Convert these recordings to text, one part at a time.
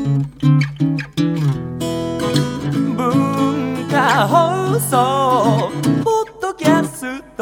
文化放送ポッドキャスト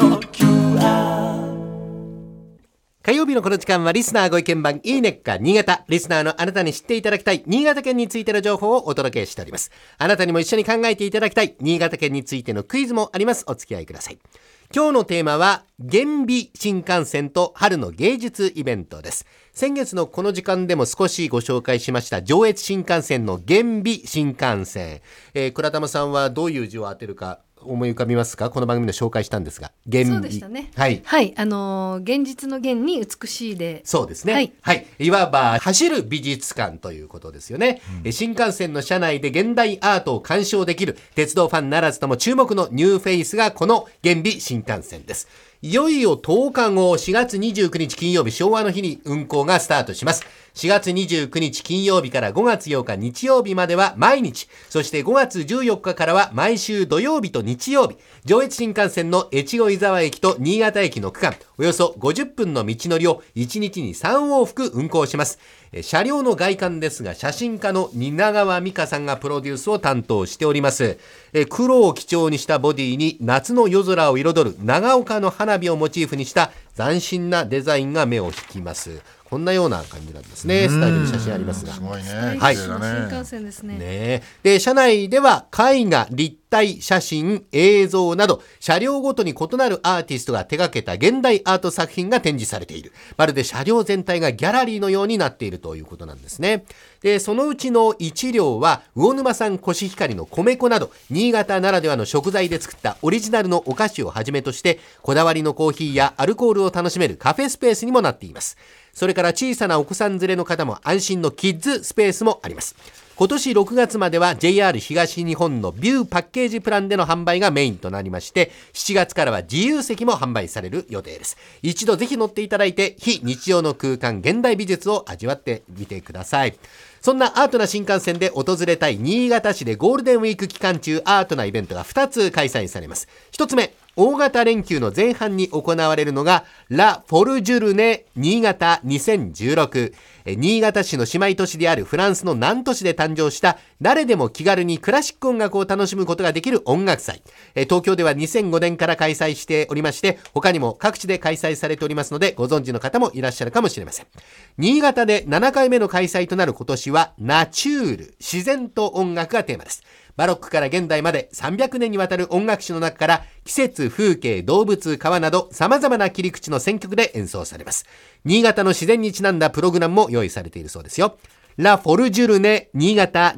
QR。 火曜日のこの時間はリスナーご意見番いいねっか新潟。リスナーのあなたに知っていただきたい新潟県についての情報をお届けしております。あなたにも一緒に考えていただきたい新潟県についてのクイズもあります。お付き合いください。今日のテーマは厳美新幹線と春の芸術イベントです。先月のこの時間でも少しご紹介しました上越新幹線の厳美新幹線、倉玉さんはどういう字を当てるか思い浮かびますか？この番組で紹介したんですが、厳美。 そうでしたね。 はい。 はい、現実の現に美しいで。 そうですね。 はい。 はい。いわば走る美術館ということですよね。新幹線の車内で現代アートを鑑賞できる鉄道ファンならずとも注目のニューフェイスがこの厳美新幹線です。いよいよ10日後、4月29日金曜日、昭和の日に運行がスタートします。4月29日金曜日から5月8日日曜日までは毎日、そして5月14日からは毎週土曜日と日曜日、上越新幹線の越後湯沢駅と新潟駅の区間、およそ50分の道のりを1日に3往復運行します。車両の外観ですが、写真家の蜷川美香さんがプロデュースを担当しております。黒を基調にしたボディに夏の夜空を彩る長岡の花火をモチーフにした斬新なデザインが目を引きます。こんなような感じなんですね。スタイルに写真ありますが、 すごいね。 はい。 新幹線ですね。 で、車内では絵画、立体写真、映像など車両ごとに異なるアーティストが手掛けた現代アート作品が展示されている。まるで車両全体がギャラリーのようになっているということなんですね。で、そのうちの1両は魚沼産コシヒカリの米粉など新潟ならではの食材で作ったオリジナルのお菓子をはじめとして、こだわりのコーヒーやアルコールを楽しめるカフェスペースにもなっています。それから小さなお子さん連れの方も安心のキッズスペースもあります。今年6月までは JR 東日本のビューパッケージプランでの販売がメインとなりまして、7月からは自由席も販売される予定です。一度ぜひ乗っていただいて、非日常の空間現代美術を味わってみてください。そんなアートな新幹線で訪れたい新潟市でゴールデンウィーク期間中、アートなイベントが2つ開催されます。1つ目、大型連休の前半に行われるのがラ・フォルジュルネ新潟2016。新潟市の姉妹都市であるフランスの南都市で誕生した誰でも気軽にクラシック音楽を楽しむことができる音楽祭。東京では2005年から開催しておりまして、他にも各地で開催されておりますので、ご存知の方もいらっしゃるかもしれません。新潟で7回目の開催となる今年はナチュール、自然と音楽がテーマです。バロックから現代まで300年にわたる音楽史の中から季節、風景、動物、川など様々な切り口の選曲で演奏されます。新潟の自然にちなんだプログラムも用意されているそうですよ。ラ・フォルジュルネ新潟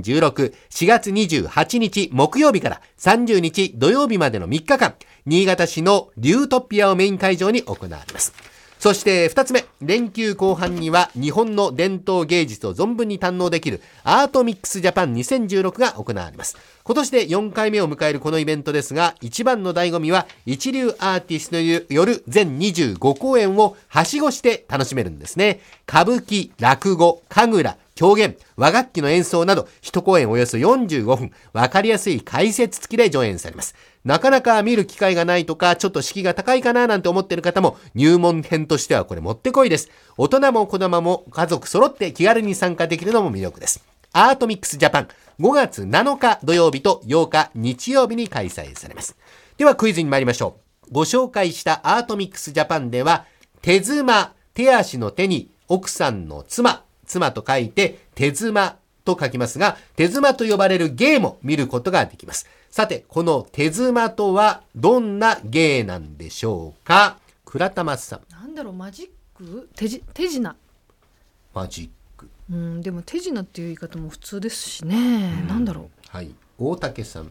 2016、4月28日木曜日から30日土曜日までの3日間、新潟市のリュートピアをメイン会場に行われます。そして2つ目、連休後半には日本の伝統芸術を存分に堪能できるアートミックスジャパン2016が行われます。今年で4回目を迎えるこのイベントですが、一番の醍醐味は一流アーティストによる全25公演をはしごして楽しめるんですね。歌舞伎、落語、神楽、狂言、和楽器の演奏など一公演およそ45分、わかりやすい解説付きで上演されます。なかなか見る機会がないとか、ちょっと敷居が高いかななんて思っている方も入門編としてはこれもってこいです。大人も子供も家族揃って気軽に参加できるのも魅力です。アートミックスジャパン、5月7日土曜日と8日日曜日に開催されます。ではクイズに参りましょう。ご紹介したアートミックスジャパンでは、手妻、手足の手に奥さんの妻、妻と書いて手妻と書きますが、手妻と呼ばれる芸も見ることができます。さて、この手妻とはどんな芸なんでしょうか？倉玉さん。 なんだろう、マジック、手品。 マジック。 でも手品っていう言い方も普通ですしね。なんだろう。 はい。大竹さん。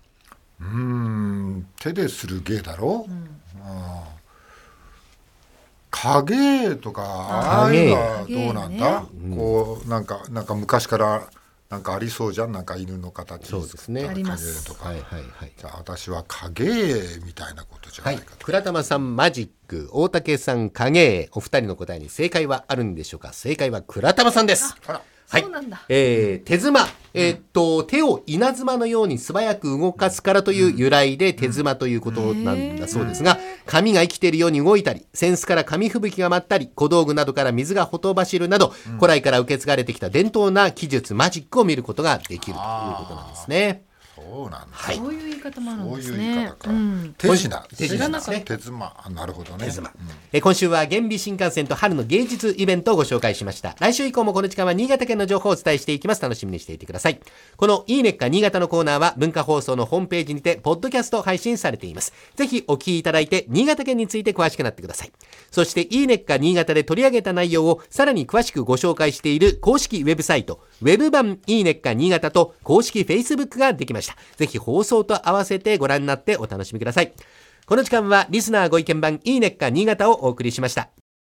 手でする芸だろ。影とかああいうのはどうなんだ、こうなんか昔からなんかありそうじゃん、なんか犬の形そうですね、 あります。 影とか、 はいはいはい、 じゃあ私は影みたいなことじゃないかと、 はい、倉玉さんマジック、大竹さん影、お二人の答えに正解はあるんでしょうか？正解は倉玉さんです。 あら、 はい、 そうなんだ。 手妻、手を稲妻のように素早く動かすからという由来で手妻ということなんだそうですが、 紙が生きているように動いたり、扇子から紙吹雪が舞ったり、小道具などから水がほとばしるなど、古来から受け継がれてきた伝統な記述、マジックを見ることができるということなんですね。 そうなんだ。 はい。 そういう言い方もあるんですそういう言いね。 方か。手品。 手品ですね。 手妻。なるほどね。 今週は厳美新幹線と春の芸術イベントをご紹介しました。来週以降もこの時間は新潟県の情報をお伝えしていきます。楽しみにしていてください。このいいねっか新潟のコーナーは文化放送のホームページにてポッドキャスト配信されています。ぜひお聞きいただいて新潟県について詳しくなってください。そしていいねっか新潟で取り上げた内容をさらに詳しくご紹介している公式ウェブサイト、ウェブ版いいねっか新潟と公式 Facebook ができました。ぜひ放送と合わせてご覧になってお楽しみください。この時間はリスナーご意見番いいねっか新潟をお送りしました。